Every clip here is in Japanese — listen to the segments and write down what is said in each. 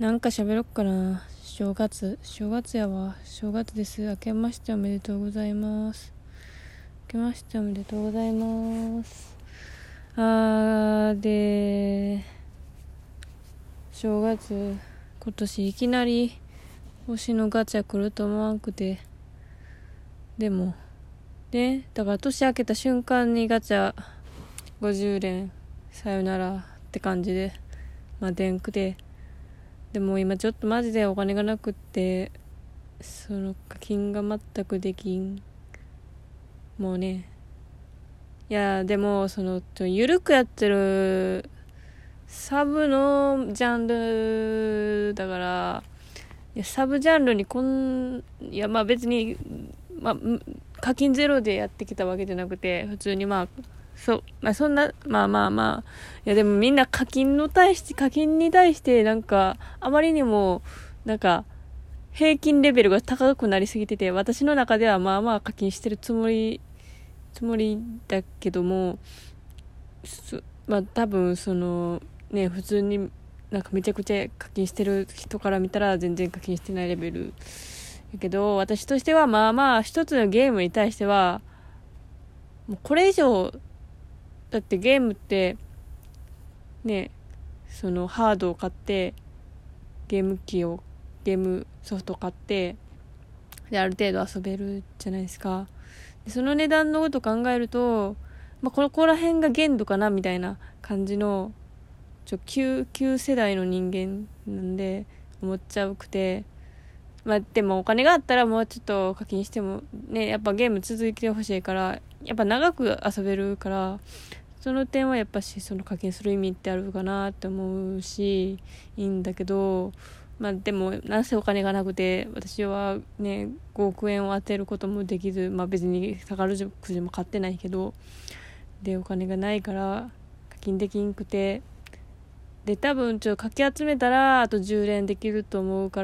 なんか喋ろっかな。正月やわ。正月です。明けましておめでとうございます。明けましておめでとうございます。で、正月、今年いきなり星のガチャ来ると思わんくて。でも、ね、だから年明けた瞬間にガチャ50連、さよならって感じで、出んくて。でも今ちょっとマジでお金がなくって、その課金が全くできん。もうね。いや、でも、ゆるくやってるサブのジャンルだから、いやサブジャンルに別に、課金ゼロでやってきたわけじゃなくて、普通にそんな、いやでもみんな課金に対してなんか、あまりにも、なんか、平均レベルが高くなりすぎてて、私の中では課金してるつもりだけども、多分普通になんかめちゃくちゃ課金してる人から見たら全然課金してないレベルやけど、私としては一つのゲームに対しては、もうこれ以上、だってゲームってね、ハードを買ってゲームソフトを買ってである程度遊べるじゃないですか。でその値段のことを考えると、ここら辺が限度かなみたいな感じの旧世代の人間なんで思っちゃうくて、でもお金があったらもうちょっと課金してもね、やっぱゲーム続いてほしいから、やっぱ長く遊べるから、その点はやっぱし課金する意味ってあるかなって思うし、いいんだけど、でもなんせお金がなくて、私はね5億円を当てることもできず、別に宝くじも買ってないけど、でお金がないから課金できんくて、で多分かき集めたらあと10連できると思うから、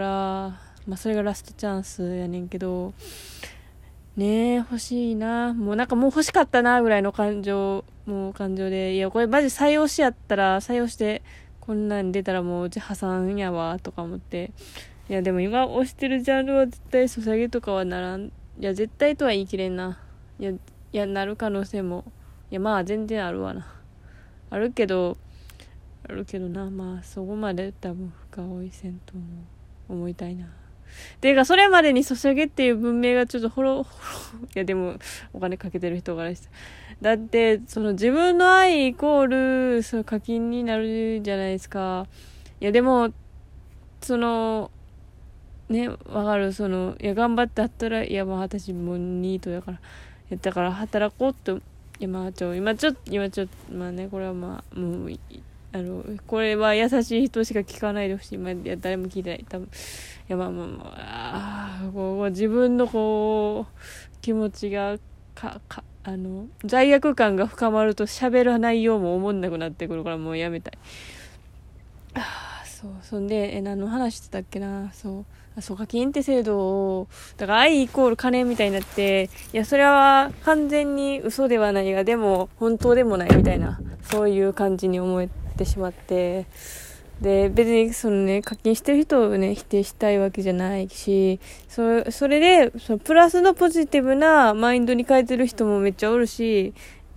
それがラストチャンスやねんけどね。欲しいな。もう欲しかったなぐらいの感情で、いやこれマジ採用してこんなん出たらもううち破産やわとか思って、いやでも今推してるジャンルは絶対ソシャゲとかはならん。いや絶対とは言い切れんな。いやなる可能性も、いや全然あるわな。あるけどな、そこまで多分深追いせんと思いたいな。ていうかそれまでにソシャゲっていう文明がちょっといやでもお金かけてる人からしてだって自分の愛イコール課金になるじゃないですか。いやでもね、わかる。いや頑張って働い、いや私もうニートだから、だから働こうと、いや今ちょっとこれはもうこれは優しい人しか聞かないでほしい。いや誰も聞いてない多分。いや自分の気持ちが罪悪感が深まると喋る内容も思んなくなってくるから、もうやめたい。そんで何の話してたっけな。課金って制度をだから愛イコール金みたいになって、いやそれは完全に嘘ではないが、でも本当でもないみたいな、そういう感じに思えてしまって、で別に課金してる人をね否定したいわけじゃないし、それでプラスのポジティブなマインドに変えてる人もめっちゃおるし、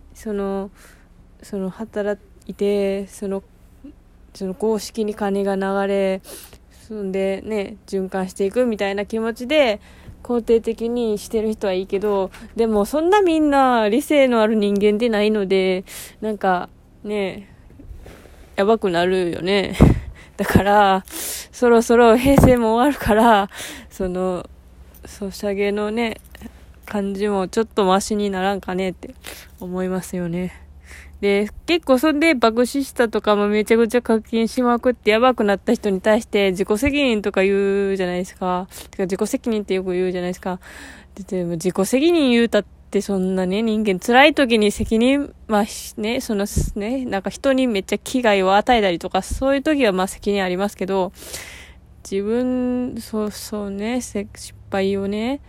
働いて公式に金が流れ、そんでね循環していくみたいな気持ちで肯定的にしてる人はいいけど、でもそんなみんな理性のある人間でないので、なんかねやばくなるよね。だからそろそろ平成も終わるから、ソシャゲのね感じもちょっとマシにならんかねって思いますよね。で、結構そんで爆死したとかもめちゃくちゃ課金しまくってやばくなった人に対して自己責任とか言うじゃないですか。てか自己責任ってよく言うじゃないですか。でも自己責任言うたってそんなね、人間辛い時に責任、なんか人にめっちゃ危害を与えたりとか、そういう時は責任ありますけど、自分、失敗をね、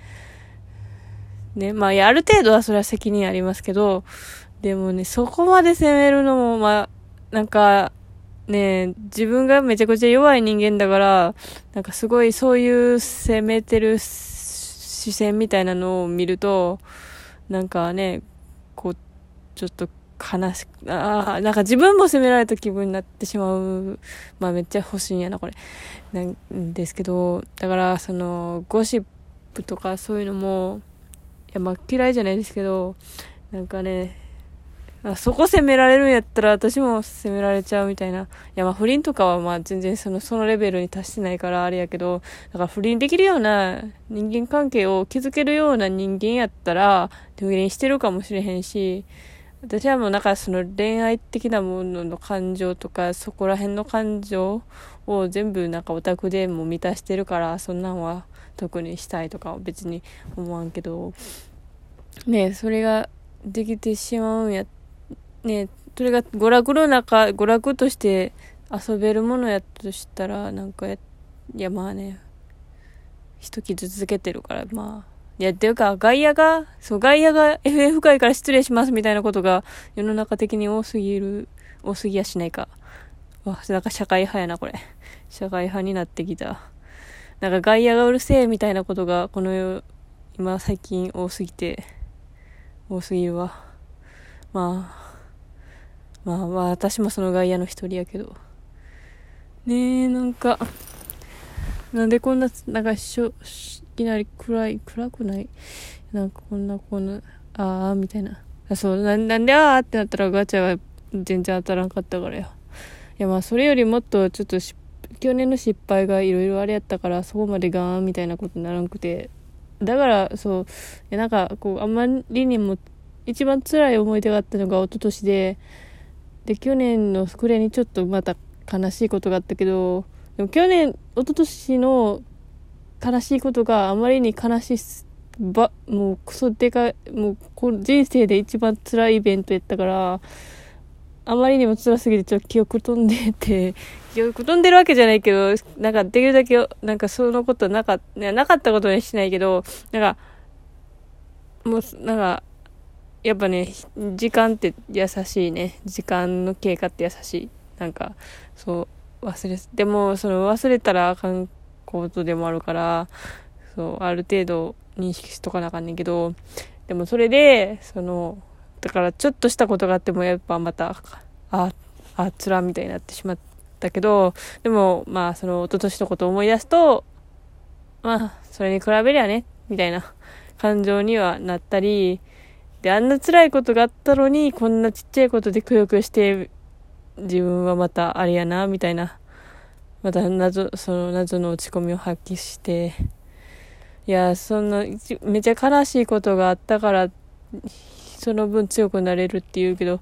ある程度はそれは責任ありますけど、でもね、そこまで責めるのも、なんか、 ね、自分がめちゃくちゃ弱い人間だから、なんかすごいそういう攻めてる視線みたいなのを見ると、なんかね、こう、ちょっとなんか自分も責められた気分になってしまう。まあめっちゃ欲しいんやな、これ。なんですけど、だからその、ゴシップとかそういうのも、いやまあ嫌いじゃないですけど、なんかね、そこ責められるんやったら私も責められちゃうみたいな。いやまあ不倫とかはまあ全然そのレベルに達してないからあれやけど、だから不倫できるような人間関係を築けるような人間やったら、不倫してるかもしれへんし、私はもうなんかその恋愛的なものの感情とかそこら辺の感情を全部なんかオタクでも満たしてるから、そんなんは特にしたいとかは別に思わんけど、ね、それができてしまうんやね、それが娯楽として遊べるものやとしたら、なんかいやまあね、人傷つけてるから、まあ、いや、っていうか、外野が FF 界から失礼しますみたいなことが世の中的に多すぎやしないか。なんか社会派やな、これ。社会派になってきた。なんか外野がうるせえみたいなことが、この世、今最近多すぎるわ。まあ、私もその外野の一人やけど。ねえ、なんか、なんでこんな、なんかいきなり暗くないなんかこんな、みたいな。そう、なんでってなったらガチャが全然当たらんかったからや。いや、まあ、それよりもっとちょっと去年の失敗がいろいろあれやったから、そこまでガーンみたいなことにならんくて。だから、そう、なんか、こう、あまりにも、一番辛い思い出があったのが一昨年で、去年の暮れにちょっとまた悲しいことがあったけど、でも一昨年の悲しいことがあまりに悲しいもうクソでかい、もう人生で一番辛いイベントやったから、あまりにも辛すぎてちょっと記憶飛んでて、記憶飛んでるわけじゃないけど、なんかできるだけ、なんかそのことなかったことにしないけど、なんか、もう、なんか、やっぱね、時間って優しいね。時間の経過って優しい。なんか、そう、でも、その忘れたらあかんことでもあるから、そう、ある程度認識しとかなあかんねんけど、でもそれで、だからちょっとしたことがあってもやっぱまた、つらみたいになってしまったけど、でも、まあ、一昨年のことを思い出すと、まあ、それに比べりゃね、みたいな感情にはなったり、で、あんな辛いことがあったのに、こんなちっちゃいことでくよくよして、自分はまたあれやな、みたいな。またその謎の落ち込みを発揮して、いや、めっちゃ悲しいことがあったから、その分強くなれるって言うけど、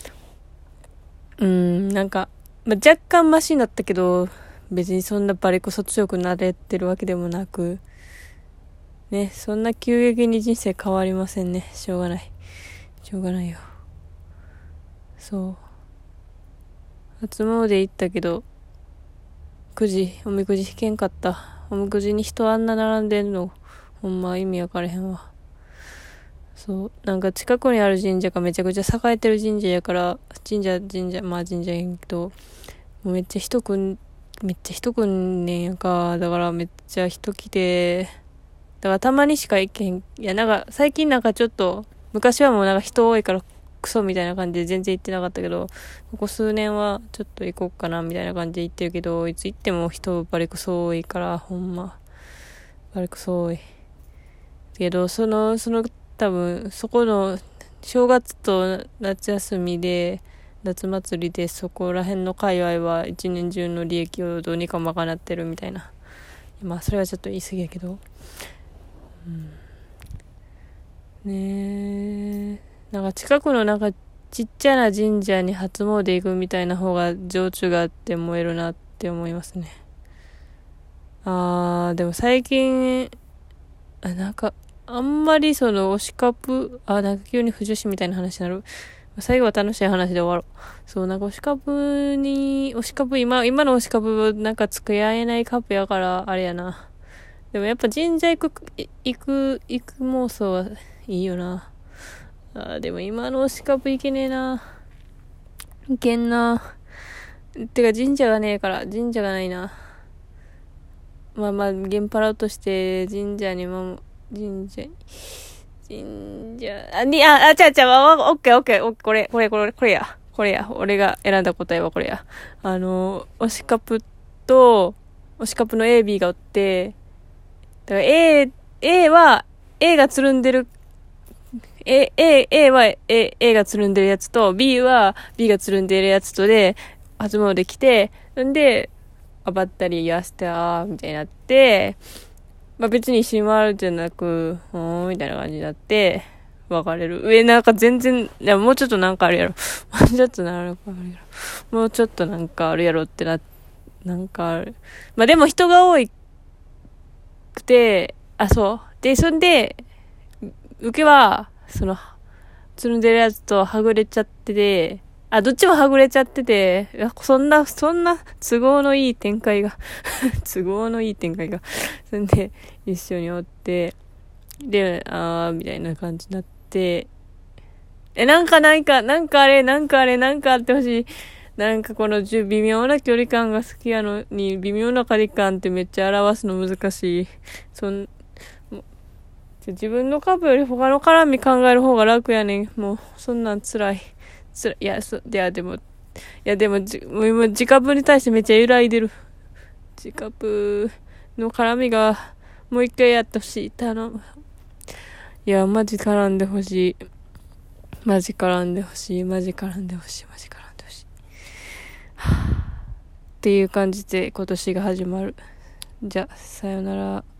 なんか、若干マシになったけど、別にそんなバリこそ強くなれてるわけでもなく、ね、そんな急激に人生変わりませんね。しょうがないよ。そう。初詣行ったけど、おみくじ引けんかった。おみくじに人あんな並んでんの、ほんま意味わかれへんわ。そう。なんか近くにある神社がめちゃくちゃ栄えてる神社やから、まあ神社やけど、もうめっちゃ人来んねんやんか。だからめっちゃ人来て、だからたまにしか行けへん。いや、なんか最近なんかちょっと、昔はもうなんか人多いからクソみたいな感じで全然行ってなかったけど、ここ数年はちょっと行こうかなみたいな感じで行ってるけど、いつ行っても人バリクソ多いから、ほんま、バリクソ多い。けど、多分、そこの、正月と夏休みで、夏祭りでそこら辺の界隈は一年中の利益をどうにか賄ってるみたいな。まあ、それはちょっと言い過ぎやけど。ねえ。なんか近くのなんかちっちゃな神社に初詣行くみたいな方が情緒があって燃えるなって思いますね。でも最近、なんか、あんまり推しカプ、なんか急に不女子みたいな話になる。最後は楽しい話で終わろう。そう、なんか今の推しカプなんか付き合えないカップやから、あれやな。でもやっぱ神社行く妄想はいいよな。でも今の推しカプいけねえな。いけんな。 てか神社がねえから、神社がないな。まあまあ、現パラとして神社にも、神社、オッケーオッケー、これや。これや。俺が選んだ答えはこれや。推しカプの A、B がおって、だから A は、A がつるんでる、A は A がつるんでるやつと、B は B がつるんでるやつとで、初詣来て、んで、ばったりやしてみたいになって、まあ別に一緒に回るんじゃなく、みたいな感じになって、別れる。なんか全然、いや、もうちょっとなんかあるやろ。もうちょっとなんかあるやろ。もうちょっとなんかあるやろってなんかある。まあでも人が多くて、そう。で、そんで、受けは、つるんでるやつとはぐれちゃってて、どっちもはぐれちゃってて、そんな都合のいい展開がそんで、一緒におって、で、みたいな感じになって、なんかあってほしい。なんかこの微妙な距離感が好きやのに、微妙な距離感ってめっちゃ表すの難しい。自分のカップより他の絡み考える方が楽やねん。もう、そんなん辛い。でも、もう自カップに対してめっちゃ揺らいでる。自カップの絡みが、もう一回やってほしい。頼む。マジ絡んでほしい。マジ絡んでほしい。っていう感じで今年が始まる。じゃあ、さよなら。